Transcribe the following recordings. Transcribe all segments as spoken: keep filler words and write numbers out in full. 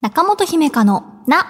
中本姫香のな。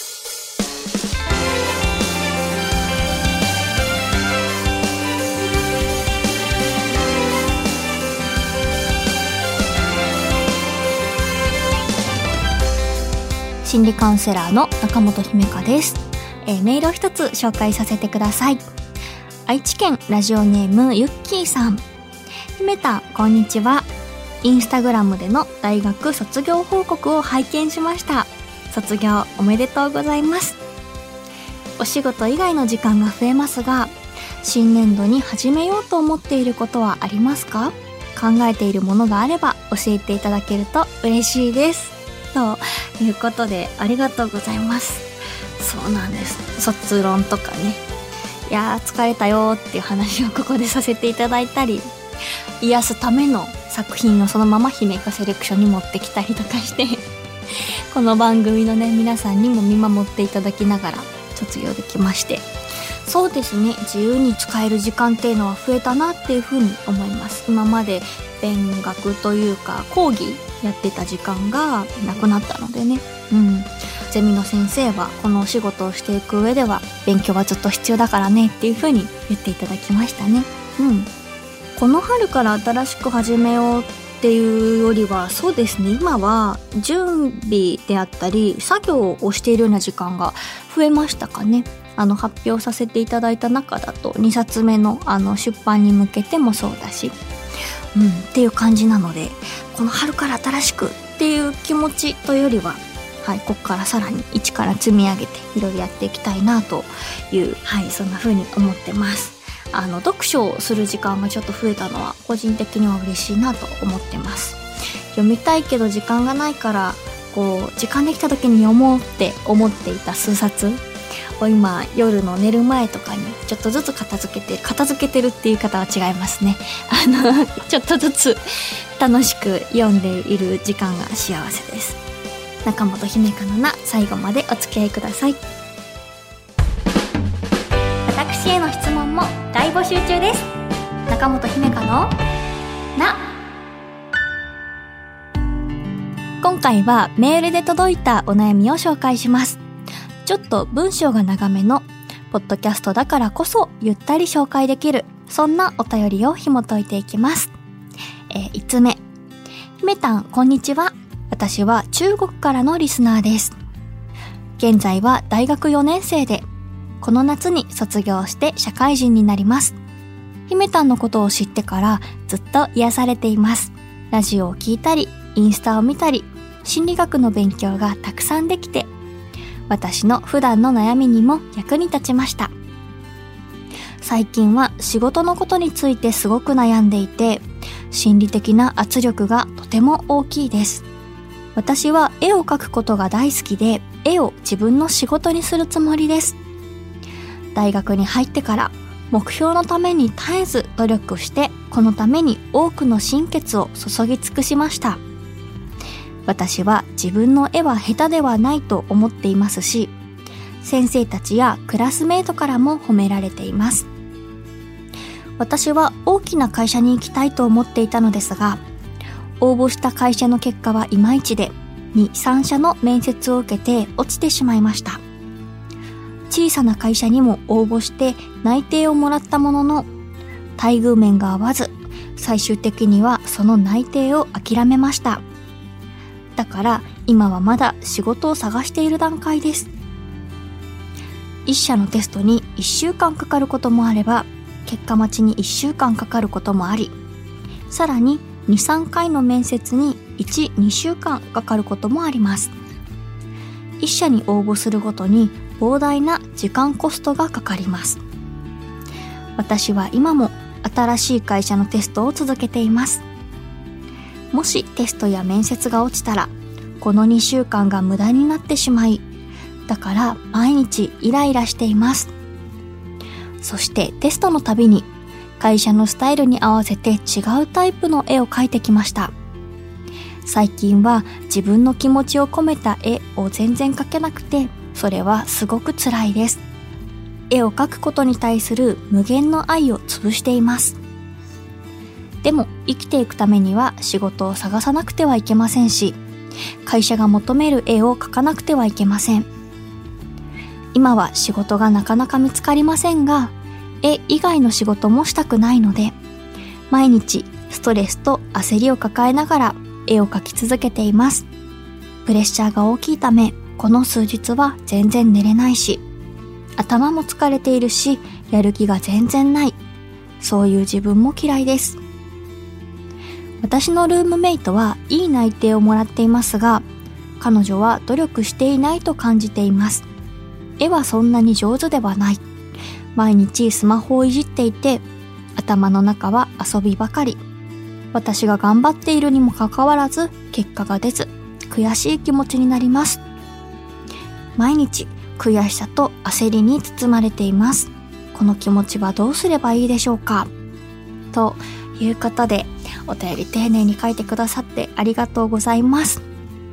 心理カウンセラーの中本姫香です。えー、メールを一つ紹介させてください。愛知県ラジオネームゆっきーさん。姫たん、こんにちは。インスタグラムでの大学卒業報告を拝見しました。卒業おめでとうございます。お仕事以外の時間が増えますが、新年度に始めようと思っていることはありますか？考えているものがあれば教えていただけると嬉しいです。ということで、ありがとうございます。そうなんです。卒論とかね、いやー疲れたよっていう話をここでさせていただいたり、癒すための作品をそのまま姫香セレクションに持ってきたりとかしてこの番組のね皆さんにも見守っていただきながら卒業できまして、そうですね、自由に使える時間っていうのは増えたなっていうふうに思います。今まで勉学というか講義やってた時間がなくなったのでね、うんゼミの先生はこのお仕事をしていく上では勉強はずっと必要だからねっていうふうに言っていただきましたね。うんこの春から新しく始めようっていうよりは、そうですね、今は準備であったり作業をしているような時間が増えましたかね。あの発表させていただいた中だとにさつめのあの出版に向けてもそうだし、うん、っていう感じなので、この春から新しくっていう気持ちというよりは、はい、ここからさらに一から積み上げていろいろやっていきたいなという、はい、そんな風に思ってます。あの読書をする時間がちょっと増えたのは個人的には嬉しいなと思ってます。読みたいけど時間がないから、こう時間できた時に読もうって思っていた数冊を今夜の寝る前とかにちょっとずつ片付けて片付けてるっていう方は違いますね。あのちょっとずつ楽しく読んでいる時間が幸せです。中本姫香のな、最後までお付き合いください。私への質問も大募集中です。中本姫香のな。今回はメールで届いたお悩みを紹介します。ちょっと文章が長めのポッドキャストだからこそゆったり紹介できる、そんなお便りを紐解いていきます。えー、いつつめ、姫たんこんにちは。私は中国からのリスナーです。現在は大学よねん生で、この夏に卒業して社会人になります。姫たんのことを知ってからずっと癒されています。ラジオを聞いたり、インスタを見たり、心理学の勉強がたくさんできて、私の普段の悩みにも役に立ちました。最近は仕事のことについてすごく悩んでいて、心理的な圧力がとても大きいです。私は絵を描くことが大好きで、絵を自分の仕事にするつもりです。大学に入ってから目標のために絶えず努力して、このために多くの心血を注ぎ尽くしました。私は自分の絵は下手ではないと思っていますし、先生たちやクラスメートからも褒められています。私は大きな会社に行きたいと思っていたのですが、応募した会社の結果はいまいちで、に、さん社の面接を受けて落ちてしまいました。小さな会社にも応募して内定をもらったものの、待遇面が合わず、最終的にはその内定を諦めました。だから今はまだ仕事を探している段階です。一社のテストにいっしゅうかんかかることもあれば、結果待ちにいっしゅうかんかかることもあり、さらにに、さんかいの面接にいち、にしゅうかんかかることもあります。一社に応募するごとに膨大な時間コストがかかります。私は今も新しい会社のテストを続けています。もしテストや面接が落ちたら、このにしゅうかんが無駄になってしまい、だから毎日イライラしています。そしてテストのたびに会社のスタイルに合わせて違うタイプの絵を描いてきました。最近は自分の気持ちを込めた絵を全然描けなくて、それはすごく辛いです。絵を描くことに対する無限の愛を潰しています。でも生きていくためには仕事を探さなくてはいけませんし、 会社が求める絵を描かなくてはいけません。今は仕事がなかなか見つかりませんが、絵以外の仕事もしたくないので、毎日ストレスと焦りを抱えながら絵を描き続けています。プレッシャーが大きいため、この数日は全然寝れないし、頭も疲れているし、やる気が全然ない。そういう自分も嫌いです。私のルームメイトはいい内定をもらっていますが、彼女は努力していないと感じています。絵はそんなに上手ではない。毎日スマホをいじっていて、頭の中は遊びばかり。私が頑張っているにもかかわらず、結果が出ず、悔しい気持ちになります。毎日悔しさと焦りに包まれています。この気持ちはどうすればいいでしょうか？ということで、お便り丁寧に書いてくださってありがとうございます。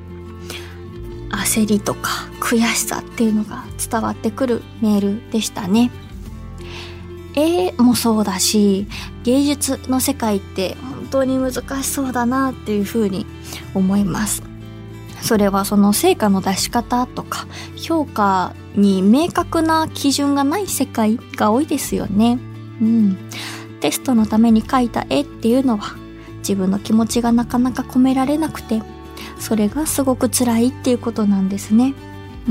焦りとか悔しさっていうのが伝わってくるメールでしたね。絵もそうだし、芸術の世界って本当に難しそうだなっていうふうに思います。それはその成果の出し方とか評価に明確な基準がない世界が多いですよね。うん。テストのために描いた絵っていうのは自分の気持ちがなかなか込められなくて、それがすごく辛いっていうことなんですね。うん。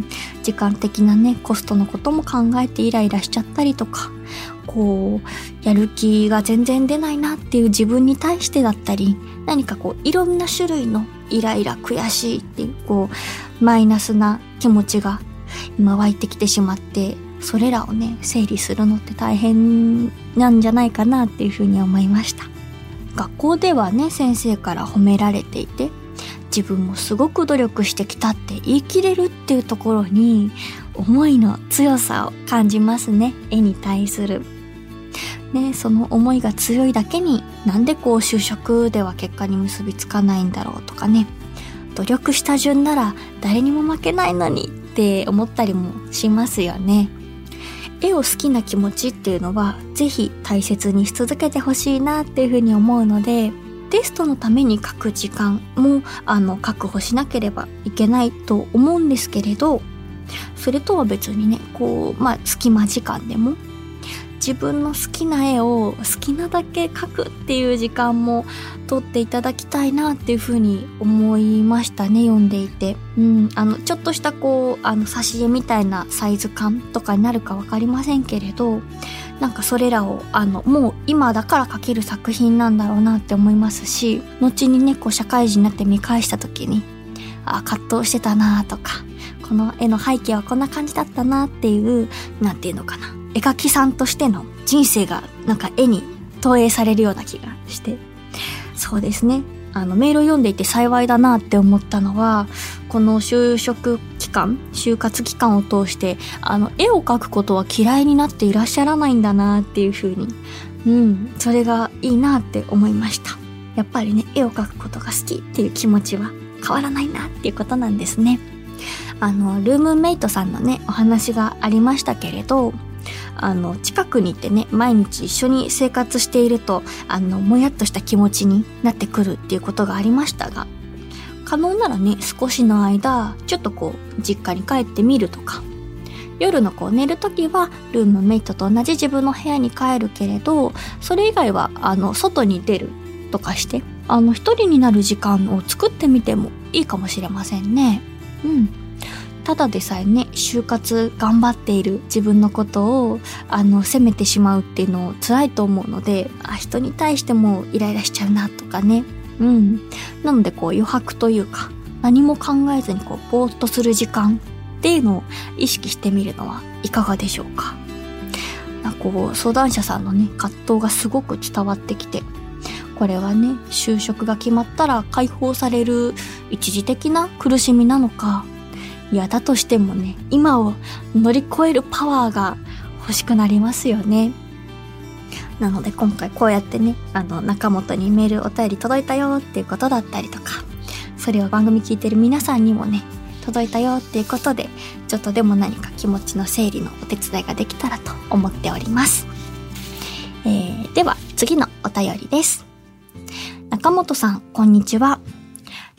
時間的なね、コストのことも考えてイライラしちゃったりとか、こう、やる気が全然出ないなっていう自分に対してだったり、何かこう、いろんな種類のイライラ、悔しいっていう、こう、マイナスな気持ちが今湧いてきてしまって、それらをね、整理するのって大変なんじゃないかなっていうふうに思いました。学校ではね、先生から褒められていて、自分もすごく努力してきたって言い切れるっていうところに思いの強さを感じますね。絵に対するね、その思いが強いだけに、なんでこう就職では結果に結びつかないんだろうとかね、努力した順なら誰にも負けないのにって思ったりもしますよね。絵を好きな気持ちっていうのはぜひ大切にし続けてほしいなっていうふうに思うので、テストのために書く時間もあの確保しなければいけないと思うんですけれど、それとは別にね、こうまあ隙間時間でも自分の好きな絵を好きなだけ描くっていう時間も取っていただきたいなっていうふうに思いましたね、読んでいて。うん、あのちょっとしたこうあの挿絵みたいなサイズ感とかになるかわかりませんけれど、なんかそれらをあのもう今だから描ける作品なんだろうなって思いますし、後にねこう社会人になって見返した時に、あ、葛藤してたなとか、この絵の背景はこんな感じだったなっていう、なんていうのかな、絵描きさんとしての人生がなんか絵に投影されるような気がして、そうですね、あのメールを読んでいて幸いだなって思ったのは、この就職期間就活期間を通してあの絵を描くことは嫌いになっていらっしゃらないんだなっていう風に、うんそれがいいなって思いました。やっぱりね、絵を描くことが好きっていう気持ちは変わらないなっていうことなんですね。あのルームメイトさんのねお話がありましたけれど、あの近くにいてね毎日一緒に生活しているとあのもやっとした気持ちになってくるっていうことがありましたが、可能ならね少しの間ちょっとこう実家に帰ってみるとか、夜のこう寝るときはルームメイトと同じ自分の部屋に帰るけれど、それ以外はあの外に出るとかして、あの一人になる時間を作ってみてもいいかもしれませんね。うん。ただでさえね、就活頑張っている自分のことをあの責めてしまうっていうの辛いと思うので、あ、人に対してもイライラしちゃうなとかね。うん。なのでこう余白というか、何も考えずにこうぼーっとする時間っていうのを意識してみるのはいかがでしょうか。なんかこう相談者さんのね葛藤がすごく伝わってきて、これはね就職が決まったら解放される一時的な苦しみなのか、いやだとしてもね今を乗り越えるパワーが欲しくなりますよね。なので今回こうやってねあの中本にメールお便り届いたよっていうことだったりとか、それを番組聞いてる皆さんにもね届いたよっていうことで、ちょっとでも何か気持ちの整理のお手伝いができたらと思っております。えー、では次のお便りです。中本さん、こんにちは。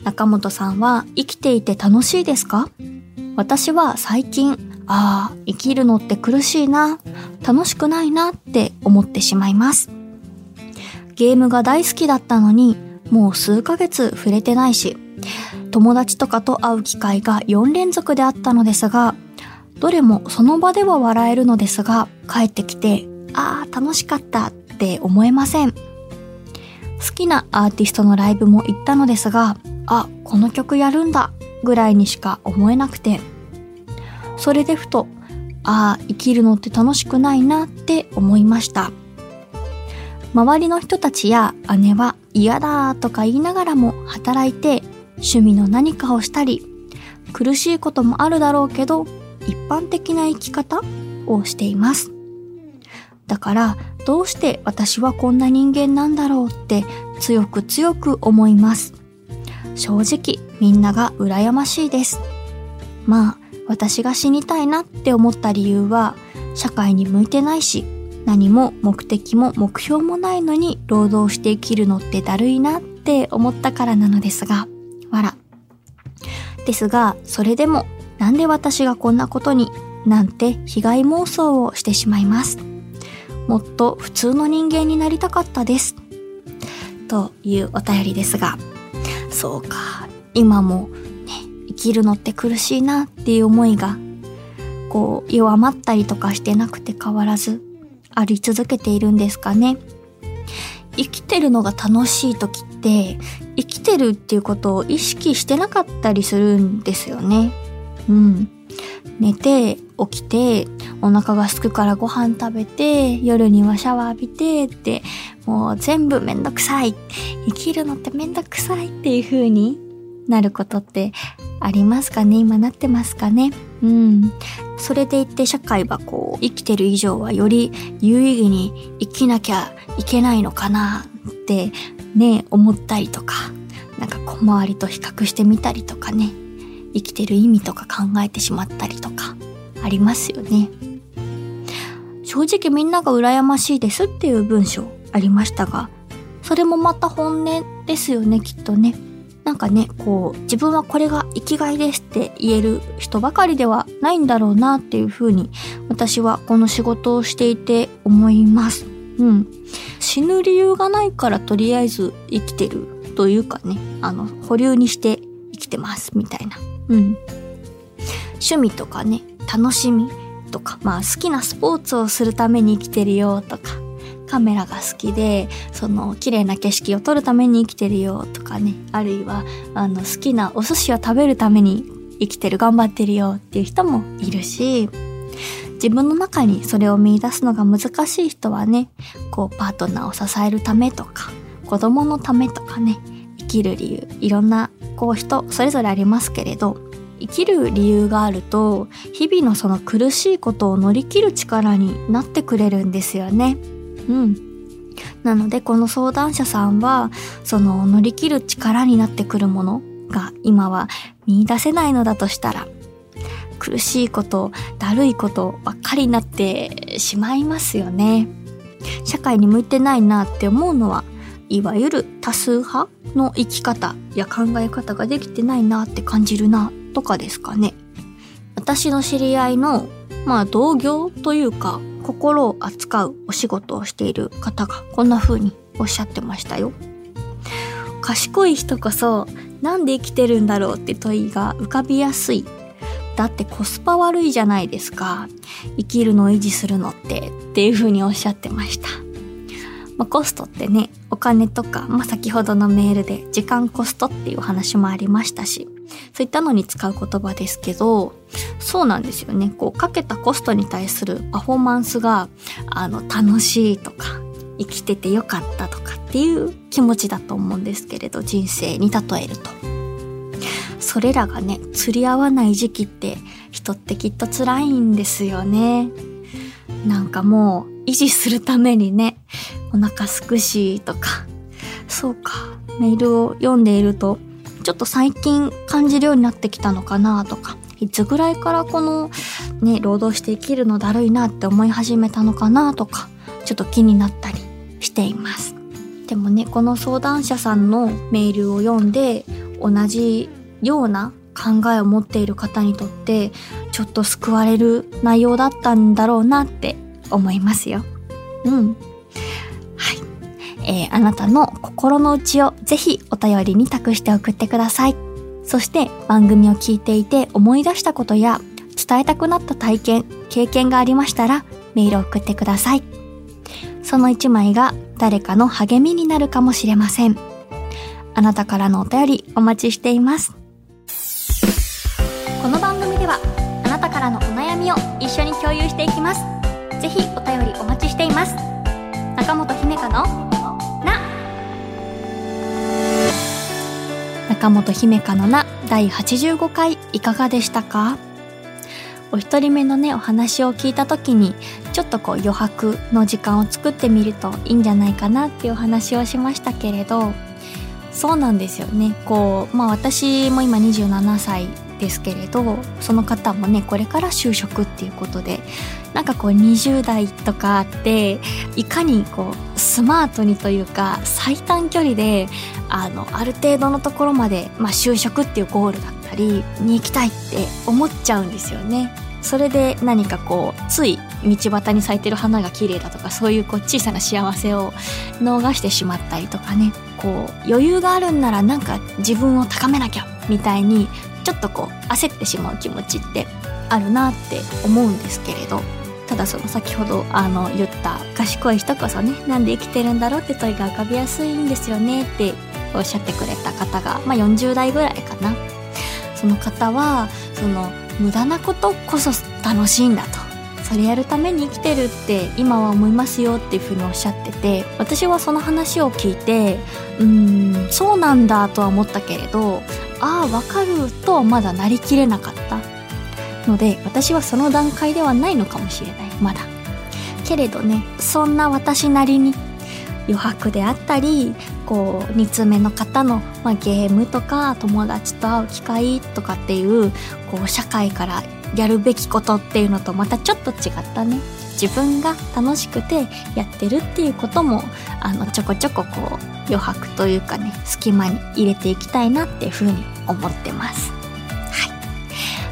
中本さんは生きていて楽しいですか？私は最近、ああ、生きるのって苦しいな、楽しくないなって思ってしまいます。ゲームが大好きだったのに、もう数ヶ月触れてないし、友達とかと会う機会がよん連続であったのですが、どれもその場では笑えるのですが、帰ってきて、ああ、楽しかったって思えません。好きなアーティストのライブも行ったのですが、あ、この曲やるんだぐらいにしか思えなくて、それでふと、ああ、生きるのって楽しくないなって思いました。周りの人たちや姉は嫌だとか言いながらも働いて趣味の何かをしたり、苦しいこともあるだろうけど一般的な生き方をしています。だからどうして私はこんな人間なんだろうって強く強く思います。正直みんなが羨ましいです。まあ私が死にたいなって思った理由は社会に向いてないし、何も目的も目標もないのに労働して生きるのってだるいなって思ったからなのですが、わら。ですが、それでもなんで私がこんなことになんて被害妄想をしてしまいます。もっと普通の人間になりたかったです。というお便りですが、そうか、今もね、生きるのって苦しいなっていう思いが、こう弱まったりとかしてなくて変わらず、あり続けているんですかね。生きてるのが楽しい時って生きてるっていうことを意識してなかったりするんですよね。うん。寝て起きてお腹が空くからご飯食べて夜にはシャワー浴びてってもう全部めんどくさい、生きるのってめんどくさいっていう風になることってありますかね。今なってますかね。うん。それでいて社会はこう生きてる以上はより有意義に生きなきゃいけないのかなってね思ったりとか、なんか小回りと比較してみたりとかね、生きてる意味とか考えてしまったりとかありますよね。正直みんなが羨ましいですっていう文章ありましたが、それもまた本音ですよね、きっとね。なんかね、こう自分はこれが生きがいですって言える人ばかりではないんだろうなっていうふうに私はこの仕事をしていて思います。うん。死ぬ理由がないからとりあえず生きてるというかね、あの保留にして生きてますみたいな。うん。趣味とかね、楽しみとか、まあ好きなスポーツをするために生きてるよとか、カメラが好きでその綺麗な景色を撮るために生きてるよとかね、あるいはあの好きなお寿司を食べるために生きてる、頑張ってるよっていう人もいるし、自分の中にそれを見出すのが難しい人はね、こうパートナーを支えるためとか子供のためとかね、生きる理由いろんなこう人それぞれありますけれど、生きる理由があると日々のその苦しいことを乗り切る力になってくれるんですよね。うん。なのでこの相談者さんはその乗り切る力になってくるものが今は見出せないのだとしたら、苦しいこと、だるいことばっかりになってしまいますよね。社会に向いてないなって思うのは、いわゆる多数派の生き方や考え方ができてないなって感じるなとかですかね。私の知り合いのまあ同業というか心を扱うお仕事をしている方がこんな風におっしゃってましたよ。賢い人こそなんで生きてるんだろうって問いが浮かびやすい。だってコスパ悪いじゃないですか。生きるのを維持するのってっていう風におっしゃってました。まあ、コストってね、お金とか、まあ、先ほどのメールで時間コストっていう話もありましたし、そういったのに使う言葉ですけど、そうなんですよね。こうかけたコストに対するパフォーマンスがあの楽しいとか生きててよかったとかっていう気持ちだと思うんですけれど、人生に例えるとそれらがね釣り合わない時期って人ってきっと辛いんですよね。なんかもう維持するためにね、お腹すくしとか、そうか、メールを読んでいるとちょっと最近感じるようになってきたのかなとか、いつぐらいからこのね労働して生きるのだるいなって思い始めたのかなとか、ちょっと気になったりしています。でもね、この相談者さんのメールを読んで同じような考えを持っている方にとってちょっと救われる内容だったんだろうなって思いますよ。うん。はい。えー、あなたの心の内をぜひお便りに託して送ってください。そして番組を聞いていて思い出したことや伝えたくなった体験、経験がありましたらメールを送ってください。その一枚が誰かの励みになるかもしれません。あなたからのお便りお待ちしています。この番組ではあなたからのお悩みを一緒に共有していきます。ぜひお便りお待ちしています。中本姫香のな中本姫香のなだいはちじゅうごかいいかがでしたか？お一人目のねお話を聞いた時にちょっとこう余白の時間を作ってみるといいんじゃないかなっていうお話をしましたけれど、そうなんですよね。こうまあ私も今にじゅうななさいですけれど、その方もねこれから就職っていうことで、なんかこうにじゅう代とかっていかにこうスマートにというか最短距離であのある程度のところまで、まあ、就職っていうゴールだったりに行きたいって思っちゃうんですよね。それで何かこうつい道端に咲いてる花が綺麗だとか、そういうこう小さな幸せを逃してしまったりとかね、こう余裕があるんならなんか自分を高めなきゃみたいにちょっとこう焦ってしまう気持ちってあるなって思うんですけれど、ただその先ほどあの言った賢い人こそね、なんで生きてるんだろうって問いが浮かびやすいんですよねっておっしゃってくれた方が、まあ、よんじゅう代ぐらいかな。その方はその無駄なことこそ楽しいんだと、それやるために生きてるって今は思いますよっていうふうにおっしゃってて、私はその話を聞いてうーんそうなんだとは思ったけれど、ああわかるとはまだなりきれなかったので、私はその段階ではないのかもしれない、まだ。けれどね、そんな私なりに余白であったり、こうにつめの方の、まあ、ゲームとか友達と会う機会とかっていうこう社会からやるべきことっていうのとまたちょっと違ったね、自分が楽しくてやってるっていうこともあのちょこちょここう余白というかね、隙間に入れていきたいなっていうふうに思ってます。はい。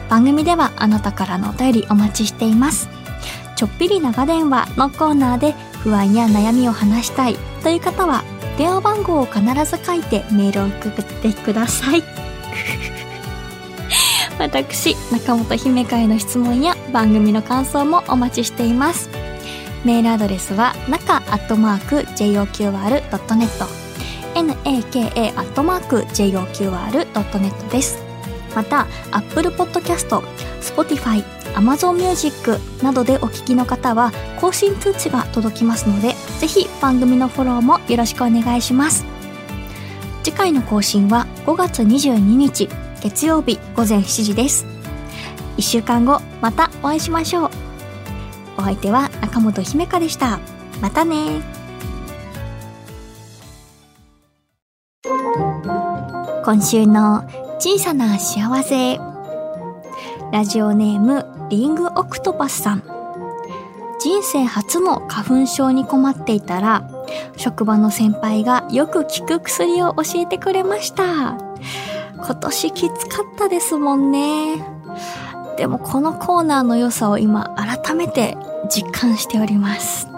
番組ではあなたからのお便りお待ちしています。ちょっぴり長電話のコーナーで不安や悩みを話したいという方は電話番号を必ず書いてメールを送ってください。私中本姫香への質問や番組の感想もお待ちしています。メールアドレスはなかアットマーク ジェイオーキューアールドットネット ナカ アットマーク ジェイオーキューアールドットネット です。また Apple Podcast、Spotify、Amazon Music などでお聞きの方は更新通知が届きますので、ぜひ番組のフォローもよろしくお願いします。次回の更新はごがつにじゅうににち月曜日ごぜんしちじです。いっしゅうかんごまたお会いしましょう。お相手は中本姫香でした。またね。今週の小さな幸せ。ラジオネームリングオクトパスさん。人生初の花粉症に困っていたら職場の先輩がよく効く薬を教えてくれました。今年きつかったですもんね。でもこのコーナーの良さを今改めて実感しております。